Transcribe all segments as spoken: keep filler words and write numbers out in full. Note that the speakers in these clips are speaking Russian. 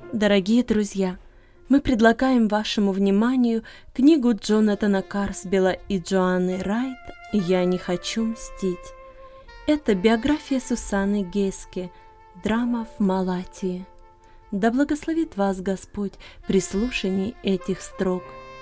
Дорогие друзья, мы предлагаем вашему вниманию книгу Джонатана Карсбела и Джоанны Райт «Я не хочу мстить». Это биография Сусанны Геске, драма в Малатии. Да благословит вас Господь при слушании этих строк.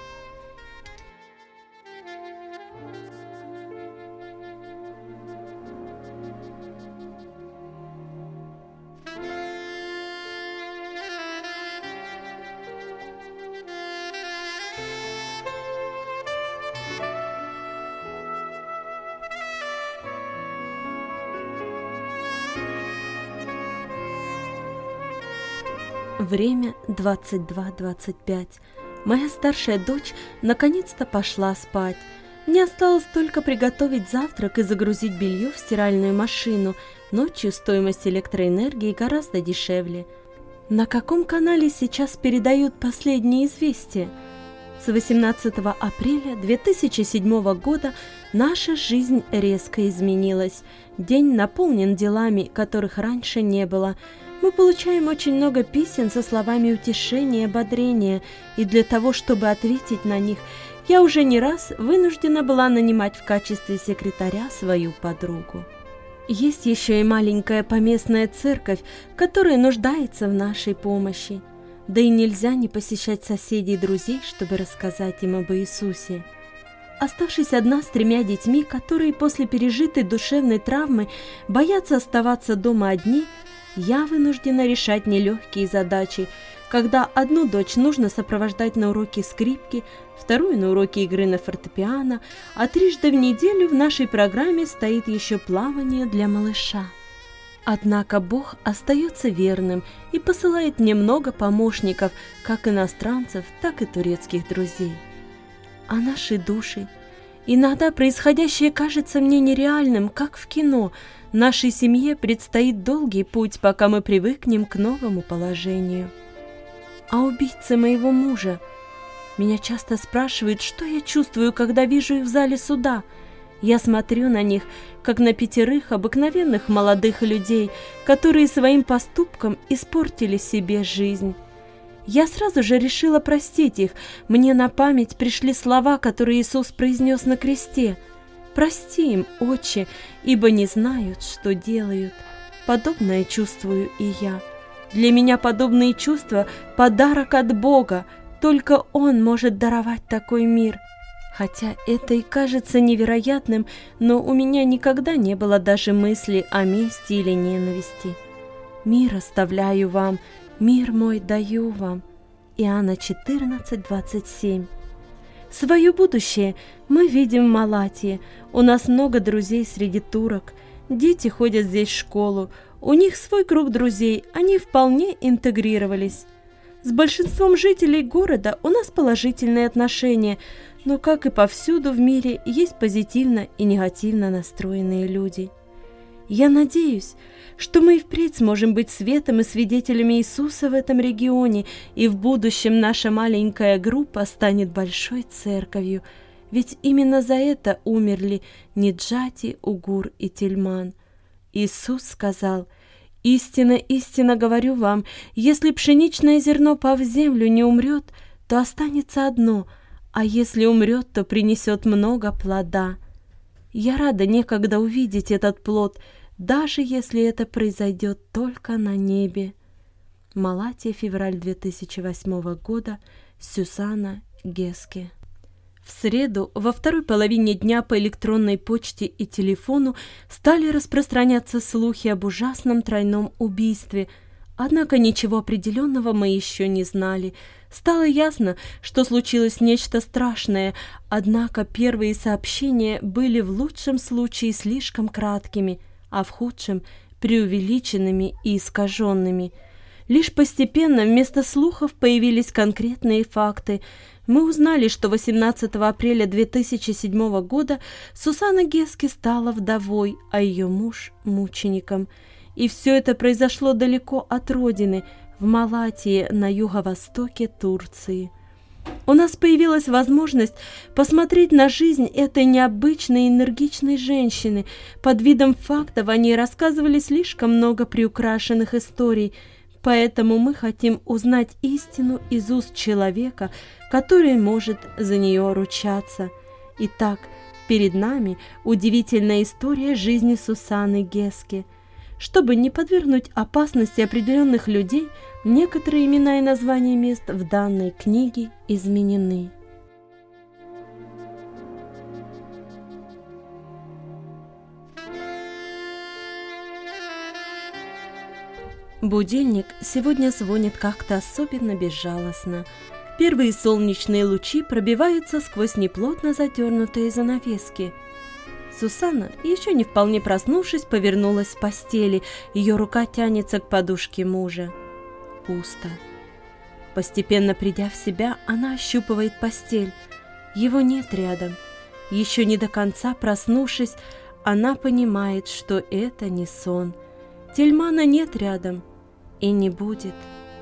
Время двадцать два двадцать пять. Моя старшая дочь наконец-то пошла спать. Мне осталось только приготовить завтрак и загрузить белье в стиральную машину. Ночью стоимость электроэнергии гораздо дешевле. На каком канале сейчас передают последние известия? С восемнадцатого апреля две тысячи седьмого года наша жизнь резко изменилась. День наполнен делами, которых раньше не было. Мы получаем очень много писем со словами утешения и ободрения, и для того, чтобы ответить на них, я уже не раз вынуждена была нанимать в качестве секретаря свою подругу. Есть еще и маленькая поместная церковь, которая нуждается в нашей помощи. Да и нельзя не посещать соседей и друзей, чтобы рассказать им об Иисусе. Оставшись одна с тремя детьми, которые после пережитой душевной травмы боятся оставаться дома одни, я вынуждена решать нелегкие задачи, когда одну дочь нужно сопровождать на уроки скрипки, вторую на уроки игры на фортепиано, а трижды в неделю в нашей программе стоит еще плавание для малыша. Однако Бог остается верным и посылает мне много помощников, как иностранцев, так и турецких друзей. А наши души? Иногда происходящее кажется мне нереальным, как в кино. Нашей семье предстоит долгий путь, пока мы привыкнем к новому положению. А убийцы моего мужа? Меня часто спрашивают, что я чувствую, когда вижу их в зале суда. Я смотрю на них, как на пятерых обыкновенных молодых людей, которые своим поступком испортили себе жизнь. Я сразу же решила простить их. Мне на память пришли слова, которые Иисус произнес на кресте. «Прости им, Отче, ибо не знают, что делают». Подобное чувствую и я. Для меня подобные чувства – подарок от Бога. Только Он может даровать такой мир. Хотя это и кажется невероятным, но у меня никогда не было даже мысли о мести или ненависти. «Мир оставляю вам, мир мой даю вам». Иоанна четырнадцать двадцать семь. Свое будущее мы видим в Малатии. У нас много друзей среди турок. Дети ходят здесь в школу. У них свой круг друзей, они вполне интегрировались. С большинством жителей города у нас положительные отношения, но, как и повсюду в мире, есть позитивно и негативно настроенные люди. Я надеюсь, что мы и впредь сможем быть светом и свидетелями Иисуса в этом регионе, и в будущем наша маленькая группа станет большой церковью, ведь именно за это умерли Ниджати, Угур и Тельман. Иисус сказал: «Истинно, истинно говорю вам, если пшеничное зерно, пав в землю, не умрет, то останется одно, а если умрет, то принесет много плода». Я рада некогда увидеть этот плод, даже если это произойдет только на небе. Малатия, февраль две тысячи восьмого года. Сусанна Геске. В среду, во второй половине дня, по электронной почте и телефону стали распространяться слухи об ужасном тройном убийстве. Однако ничего определенного мы еще не знали. Стало ясно, что случилось нечто страшное, однако первые сообщения были в лучшем случае слишком краткими, а в худшем – преувеличенными и искаженными. Лишь постепенно вместо слухов появились конкретные факты. Мы узнали, что восемнадцатого апреля две тысячи седьмого года Сусанна Геске стала вдовой, а ее муж – мучеником. И все это произошло далеко от родины, в Малатии, на юго-востоке Турции. У нас появилась возможность посмотреть на жизнь этой необычной энергичной женщины. Под видом фактов о ней рассказывали слишком много приукрашенных историй. Поэтому мы хотим узнать истину из уст человека, который может за нее ручаться. Итак, перед нами удивительная история жизни Сусанны Геске. Чтобы не подвергнуть опасности определенных людей, некоторые имена и названия мест в данной книге изменены. Будильник сегодня звонит как-то особенно безжалостно. Первые солнечные лучи пробиваются сквозь неплотно задернутые занавески. Сусанна, еще не вполне проснувшись, повернулась в постели. Ее рука тянется к подушке мужа. Пусто. Постепенно придя в себя, она ощупывает постель. Его нет рядом. Еще не до конца проснувшись, она понимает, что это не сон. Тельмана нет рядом. И не будет.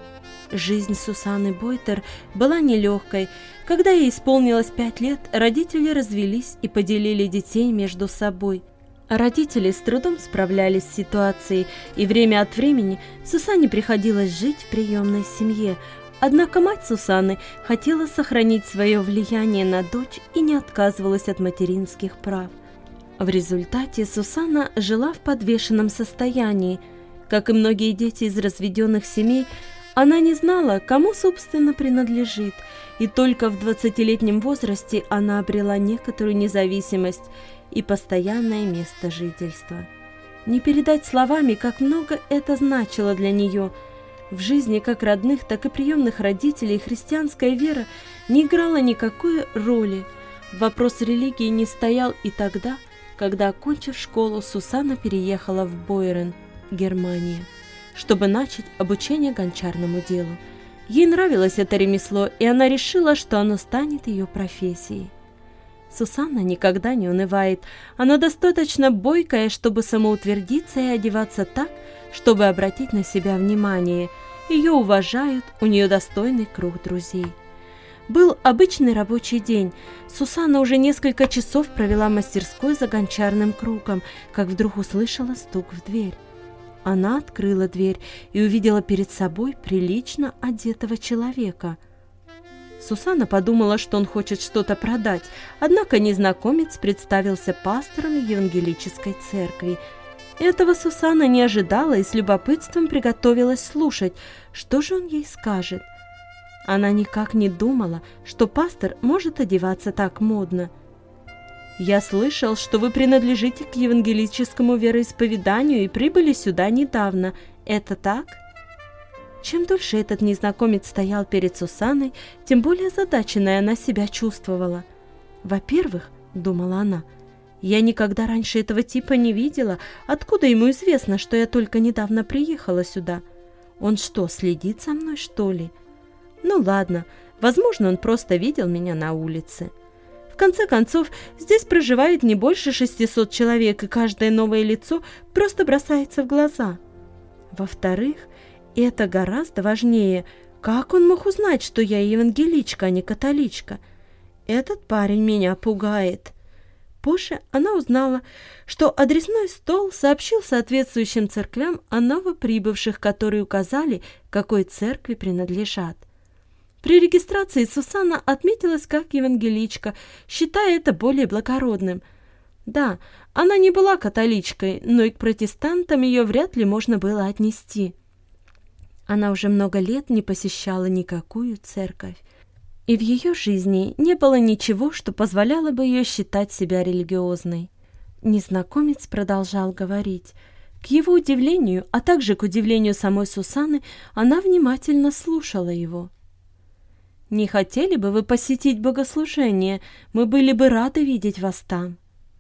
Жизнь Сусанны Бойтер была нелегкой. Когда ей исполнилось пять лет, родители развелись и поделили детей между собой. Родители с трудом справлялись с ситуацией, и время от времени Сусанне приходилось жить в приемной семье. Однако мать Сусанны хотела сохранить свое влияние на дочь и не отказывалась от материнских прав. В результате Сусанна жила в подвешенном состоянии. Как и многие дети из разведенных семей, она не знала, кому собственно принадлежит, и только в двадцатилетнем возрасте она обрела некоторую независимость и постоянное место жительства. Не передать словами, как много это значило для нее. В жизни как родных, так и приемных родителей христианская вера не играла никакой роли. Вопрос религии не стоял и тогда, когда, окончив школу, Сусанна переехала в Бойрен, Германия, чтобы начать обучение гончарному делу. Ей нравилось это ремесло, и она решила, что оно станет ее профессией. Сусанна никогда не унывает. Она достаточно бойкая, чтобы самоутвердиться и одеваться так, чтобы обратить на себя внимание. Ее уважают, у нее достойный круг друзей. Был обычный рабочий день. Сусанна уже несколько часов провела в мастерской за гончарным кругом, как вдруг услышала стук в дверь. Она открыла дверь и увидела перед собой прилично одетого человека. Сусанна подумала, что он хочет что-то продать, однако незнакомец представился пастором евангелической церкви. Этого Сусанна не ожидала и с любопытством приготовилась слушать, что же он ей скажет. Она никак не думала, что пастор может одеваться так модно. «Я слышал, что вы принадлежите к евангелическому вероисповеданию и прибыли сюда недавно. Это так?» Чем дольше этот незнакомец стоял перед Сусанной, тем более озадаченной она себя чувствовала. «Во-первых, — думала она, — я никогда раньше этого типа не видела. Откуда ему известно, что я только недавно приехала сюда? Он что, следит за мной, что ли? Ну ладно, возможно, он просто видел меня на улице. В конце концов, здесь проживает не больше шестисот человек, и каждое новое лицо просто бросается в глаза. Во-вторых, и это гораздо важнее, как он мог узнать, что я евангеличка, а не католичка? Этот парень меня пугает». Позже она узнала, что адресной стол сообщил соответствующим церквям о новоприбывших, которые указали, какой церкви принадлежат. При регистрации Сусанна отметилась как евангеличка, считая это более благородным. Да, она не была католичкой, но и к протестантам ее вряд ли можно было отнести. Она уже много лет не посещала никакую церковь, и в ее жизни не было ничего, что позволяло бы ее считать себя религиозной. Незнакомец продолжал говорить. К его удивлению, а также к удивлению самой Сусанны, она внимательно слушала его. «Не хотели бы вы посетить богослужение? Мы были бы рады видеть вас там».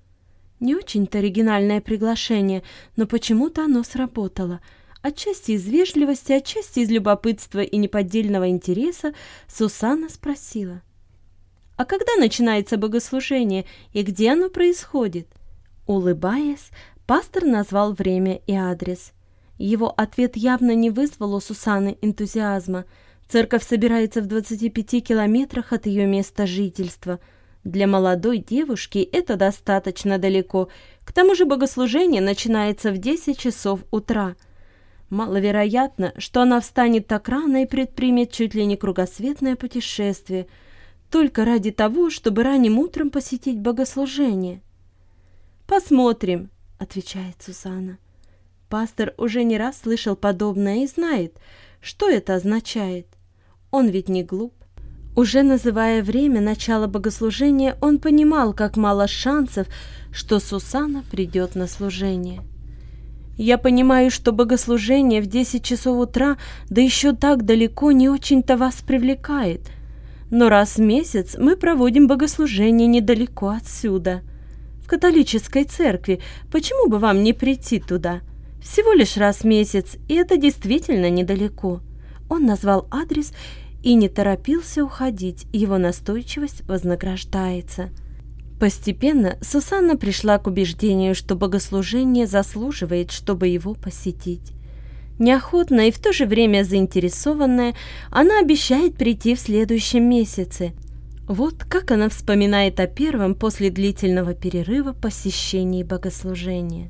Не очень-то оригинальное приглашение, но почему-то оно сработало. Отчасти из вежливости, отчасти из любопытства и неподдельного интереса Сусанна спросила: «А когда начинается богослужение и где оно происходит?» Улыбаясь, пастор назвал время и адрес. Его ответ явно не вызвал у Сусанны энтузиазма. Церковь собирается в двадцати пяти километрах от ее места жительства. Для молодой девушки это достаточно далеко. К тому же богослужение начинается в десять часов утра. Маловероятно, что она встанет так рано и предпримет чуть ли не кругосветное путешествие, только ради того, чтобы ранним утром посетить богослужение. «Посмотрим», — отвечает Сусанна. Пастор уже не раз слышал подобное и знает, что это означает. Он ведь не глуп. Уже называя время начала богослужения, он понимал, как мало шансов, что Сусанна придет на служение. «Я понимаю, что богослужение в десять часов утра, да еще так далеко, не очень-то вас привлекает. Но раз в месяц мы проводим богослужение недалеко отсюда, в католической церкви. Почему бы вам не прийти туда? Всего лишь раз в месяц, и это действительно недалеко». Он назвал адрес и не торопился уходить, его настойчивость вознаграждается. Постепенно Сусанна пришла к убеждению, что богослужение заслуживает, чтобы его посетить. Неохотно и в то же время заинтересованная, она обещает прийти в следующем месяце. Вот как она вспоминает о первом после длительного перерыва посещении богослужения.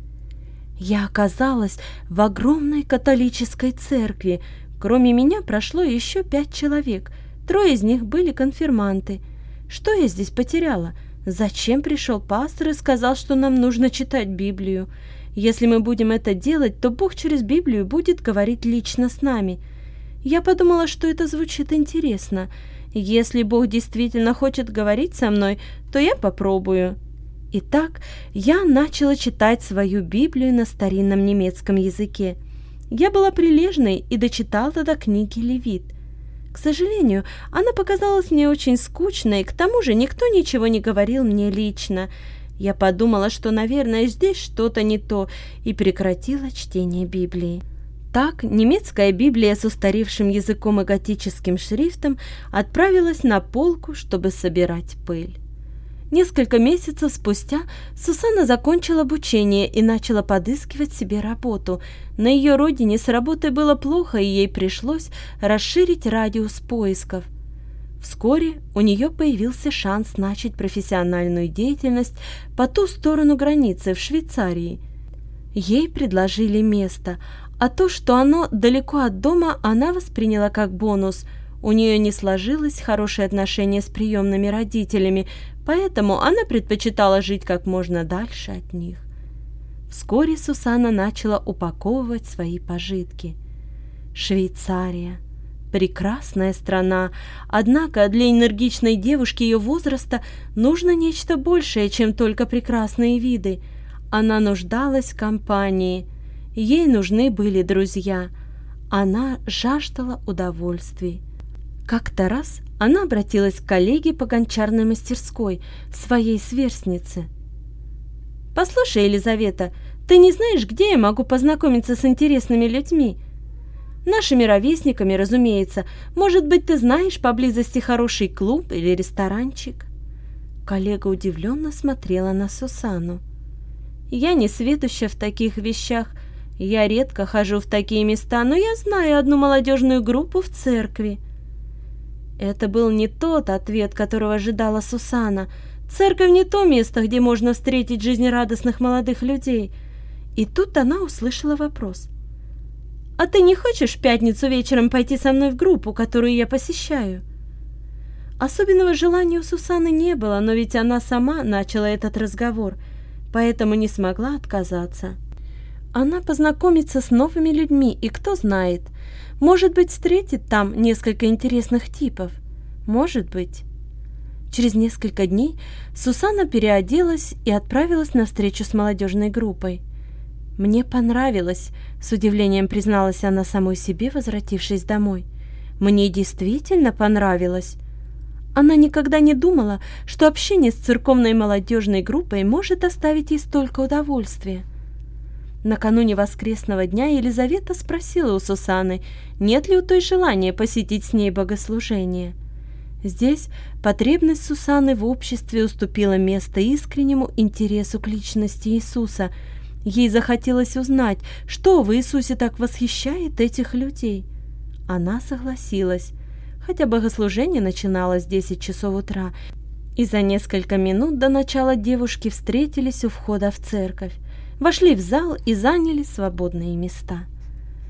«Я оказалась в огромной католической церкви. Кроме меня прошло еще пять человек. Трое из них были конфирманты. Что я здесь потеряла? Зачем пришел пастор и сказал, что нам нужно читать Библию? Если мы будем это делать, то Бог через Библию будет говорить лично с нами. Я подумала, что это звучит интересно. Если Бог действительно хочет говорить со мной, то я попробую». Итак, я начала читать свою Библию на старинном немецком языке. Я была прилежной и дочитала до книги Левит. К сожалению, она показалась мне очень скучной, к тому же никто ничего не говорил мне лично. Я подумала, что, наверное, здесь что-то не то, и прекратила чтение Библии. Так, немецкая Библия с устаревшим языком и готическим шрифтом отправилась на полку, чтобы собирать пыль. Несколько месяцев спустя Сусанна закончила обучение и начала подыскивать себе работу. На ее родине с работой было плохо, и ей пришлось расширить радиус поисков. Вскоре у нее появился шанс начать профессиональную деятельность по ту сторону границы, в Швейцарии. Ей предложили место, а то, что оно далеко от дома, она восприняла как бонус. У нее не сложилось хорошее отношение с приемными родителями, поэтому она предпочитала жить как можно дальше от них. Вскоре Сусанна начала упаковывать свои пожитки. Швейцария. Прекрасная страна, однако для энергичной девушки ее возраста нужно нечто большее, чем только прекрасные виды. Она нуждалась в компании, ей нужны были друзья, она жаждала удовольствий. Как-то раз она обратилась к коллеге по гончарной мастерской, своей сверстнице. «Послушай, Елизавета, ты не знаешь, где я могу познакомиться с интересными людьми? Нашими ровесниками, разумеется. Может быть, ты знаешь поблизости хороший клуб или ресторанчик?» Коллега удивленно смотрела на Сусанну. «Я не сведуща в таких вещах. Я редко хожу в такие места, но я знаю одну молодежную группу в церкви». Это был не тот ответ, которого ожидала Сусанна. Церковь не то место, где можно встретить жизнерадостных молодых людей. И тут она услышала вопрос. «А ты не хочешь в пятницу вечером пойти со мной в группу, которую я посещаю?» Особенного желания у Сусанны не было, но ведь она сама начала этот разговор, поэтому не смогла отказаться. Она познакомится с новыми людьми, и кто знает, может быть, встретит там несколько интересных типов. Может быть. Через несколько дней Сусанна переоделась и отправилась на встречу с молодежной группой. «Мне понравилось», — с удивлением призналась она самой себе, возвратившись домой. «Мне действительно понравилось». Она никогда не думала, что общение с церковной молодежной группой может доставить ей столько удовольствия. Накануне воскресного дня Елизавета спросила у Сусанны, нет ли у той желания посетить с ней богослужение. Здесь потребность Сусанны в обществе уступила место искреннему интересу к личности Иисуса. Ей захотелось узнать, что в Иисусе так восхищает этих людей. Она согласилась, хотя богослужение начиналось в десять часов утра, и за несколько минут до начала девушки встретились у входа в церковь, вошли в зал и заняли свободные места.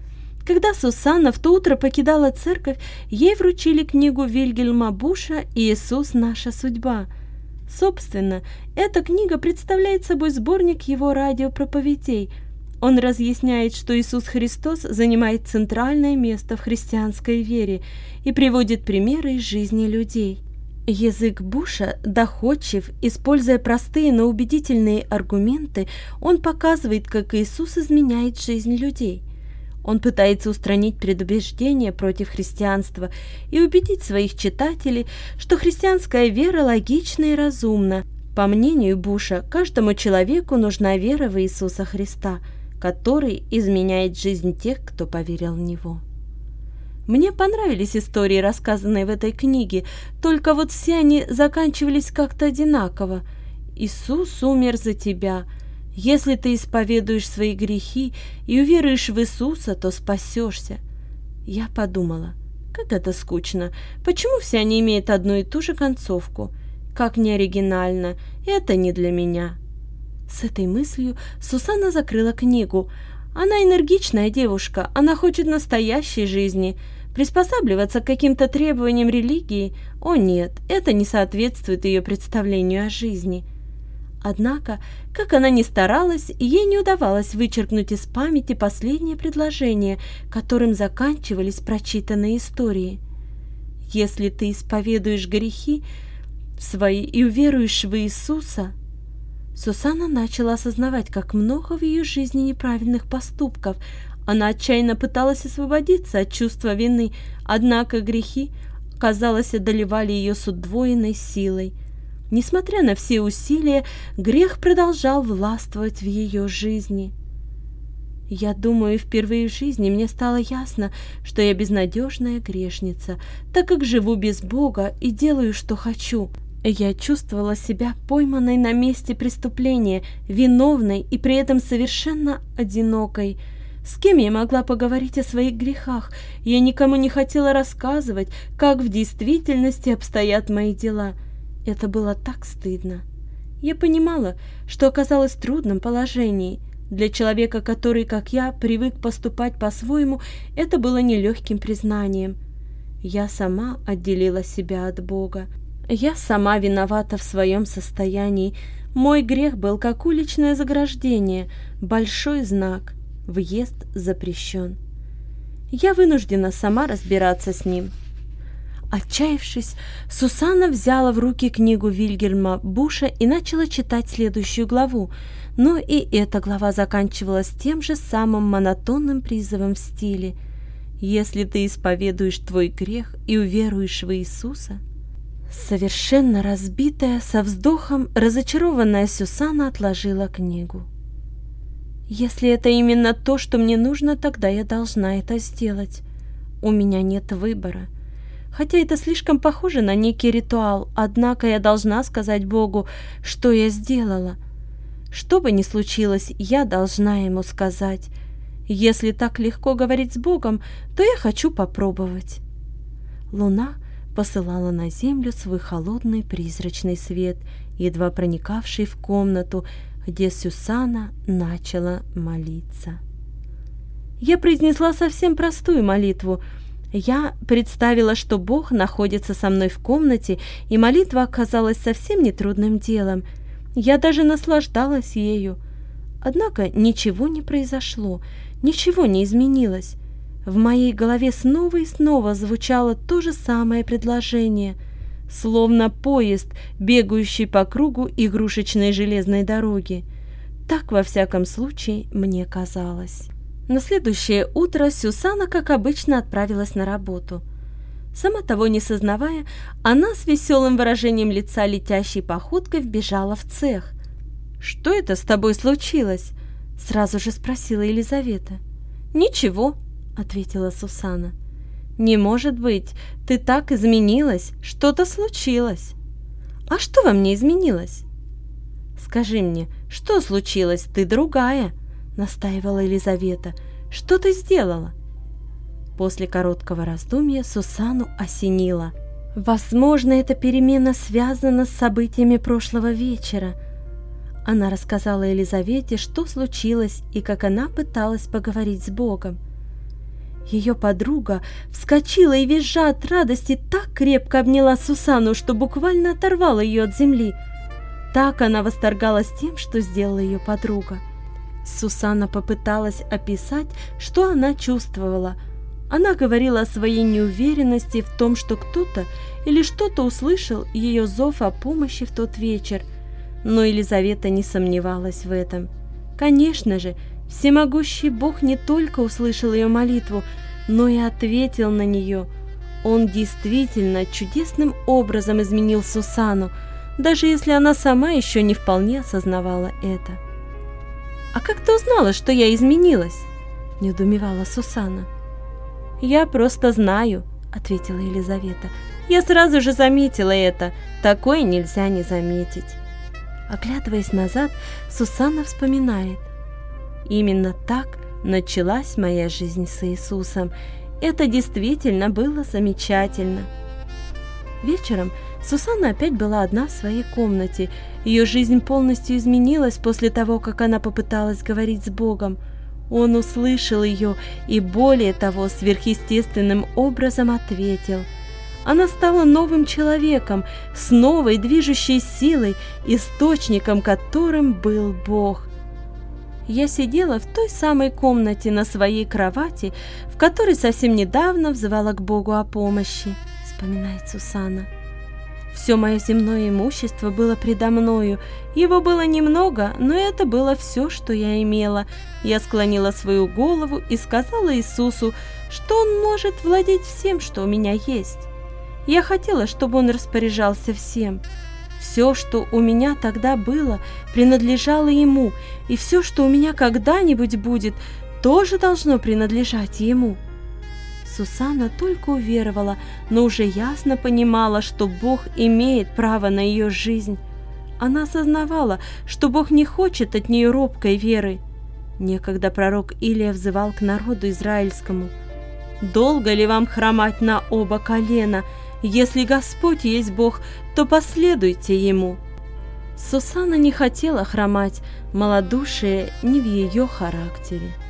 Когда Сусанна в то утро покидала церковь, ей вручили книгу Вильгельма Буша «Иисус. Наша судьба». Собственно, эта книга представляет собой сборник его радиопроповедей. Он разъясняет, что Иисус Христос занимает центральное место в христианской вере и приводит примеры из жизни людей. Язык Буша доходчив, используя простые, но убедительные аргументы, он показывает, как Иисус изменяет жизнь людей. Он пытается устранить предубеждения против христианства и убедить своих читателей, что христианская вера логична и разумна. По мнению Буша, каждому человеку нужна вера в Иисуса Христа, который изменяет жизнь тех, кто поверил в Него. Мне понравились истории, рассказанные в этой книге, только вот все они заканчивались как-то одинаково. «Иисус умер за тебя. Если ты исповедуешь свои грехи и уверуешь в Иисуса, то спасешься». Я подумала, как это скучно. Почему все они имеют одну и ту же концовку? Как неоригинально. Это не для меня. С этой мыслью Сусанна закрыла книгу. Она энергичная девушка, она хочет настоящей жизни. Приспосабливаться к каким-то требованиям религии? О нет, это не соответствует ее представлению о жизни. Однако, как она ни старалась, ей не удавалось вычеркнуть из памяти последнее предложение, которым заканчивались прочитанные истории. «Если ты исповедуешь грехи свои и уверуешь в Иисуса...» Сусанна начала осознавать, как много в ее жизни неправильных поступков. Она отчаянно пыталась освободиться от чувства вины, однако грехи, казалось, одолевали ее с удвоенной силой. Несмотря на все усилия, грех продолжал властвовать в ее жизни. Я думаю, впервые в жизни мне стало ясно, что я безнадежная грешница, так как живу без Бога и делаю, что хочу. Я чувствовала себя пойманной на месте преступления, виновной и при этом совершенно одинокой. С кем я могла поговорить о своих грехах? Я никому не хотела рассказывать, как в действительности обстоят мои дела. Это было так стыдно. Я понимала, что оказалась в трудном положении. Для человека, который, как я, привык поступать по-своему, это было нелегким признанием. Я сама отделила себя от Бога. Я сама виновата в своем состоянии. Мой грех был как уличное заграждение, большой знак. Въезд запрещен. Я вынуждена сама разбираться с ним. Отчаявшись, Сусанна взяла в руки книгу Вильгельма Буша и начала читать следующую главу, но и эта глава заканчивалась тем же самым монотонным призывом в стиле «Если ты исповедуешь твой грех и уверуешь в Иисуса». Совершенно разбитая, со вздохом, разочарованная Сусанна отложила книгу. «Если это именно то, что мне нужно, тогда я должна это сделать. У меня нет выбора. Хотя это слишком похоже на некий ритуал, однако я должна сказать Богу, что я сделала. Что бы ни случилось, я должна Ему сказать. Если так легко говорить с Богом, то я хочу попробовать». Луна посылала на землю свой холодный призрачный свет, едва проникавший в комнату, где Сусанна начала молиться. Я произнесла совсем простую молитву. Я представила, что Бог находится со мной в комнате, и молитва оказалась совсем нетрудным делом. Я даже наслаждалась ею. Однако ничего не произошло, ничего не изменилось. В моей голове снова и снова звучало то же самое предложение, словно поезд, бегающий по кругу игрушечной железной дороги. Так, во всяком случае, мне казалось. На следующее утро Сусанна, как обычно, отправилась на работу. Сама того не сознавая, она с веселым выражением лица летящей походкой вбежала в цех. «Что это с тобой случилось?» — сразу же спросила Елизавета. «Ничего», — ответила Сусанна. «Не может быть, ты так изменилась, что-то случилось». «А что во мне изменилось?» «Скажи мне, что случилось, ты другая?» — настаивала Елизавета. «Что ты сделала?» После короткого раздумья Сусанну осенило. Возможно, эта перемена связана с событиями прошлого вечера. Она рассказала Елизавете, что случилось и как она пыталась поговорить с Богом. Ее подруга вскочила и, визжа от радости, так крепко обняла Сусанну, что буквально оторвала ее от земли. Так она восторгалась тем, что сделала ее подруга. Сусанна попыталась описать, что она чувствовала. Она говорила о своей неуверенности в том, что кто-то или что-то услышал ее зов о помощи в тот вечер. Но Елизавета не сомневалась в этом. Конечно же, всемогущий Бог не только услышал ее молитву, но и ответил на нее. Он действительно чудесным образом изменил Сусанну, даже если она сама еще не вполне осознавала это. «А как ты узнала, что я изменилась?» – недоумевала Сусанна. «Я просто знаю», – ответила Елизавета. «Я сразу же заметила это. Такое нельзя не заметить». Оглядываясь назад, Сусанна вспоминает: «Именно так началась моя жизнь с Иисусом. Это действительно было замечательно». Вечером Сусанна опять была одна в своей комнате. Ее жизнь полностью изменилась после того, как она попыталась говорить с Богом. Он услышал ее и, более того, сверхъестественным образом ответил. Она стала новым человеком, с новой движущей силой, источником которым был Бог. Я сидела в той самой комнате на своей кровати, в которой совсем недавно взывала к Богу о помощи, вспоминает Сусанна. Все мое земное имущество было предо мною. Его было немного, но это было все, что я имела. Я склонила свою голову и сказала Иисусу, что Он может владеть всем, что у меня есть. Я хотела, чтобы Он распоряжался всем. Все, что у меня тогда было, принадлежало Ему, и все, что у меня когда-нибудь будет, тоже должно принадлежать Ему. Сусанна только уверовала, но уже ясно понимала, что Бог имеет право на ее жизнь. Она осознавала, что Бог не хочет от нее робкой веры. Некогда пророк Илия взывал к народу израильскому: «Долго ли вам хромать на оба колена? Если Господь есть Бог, то последуйте Ему». Сусанна не хотела хромать, малодушие не в ее характере.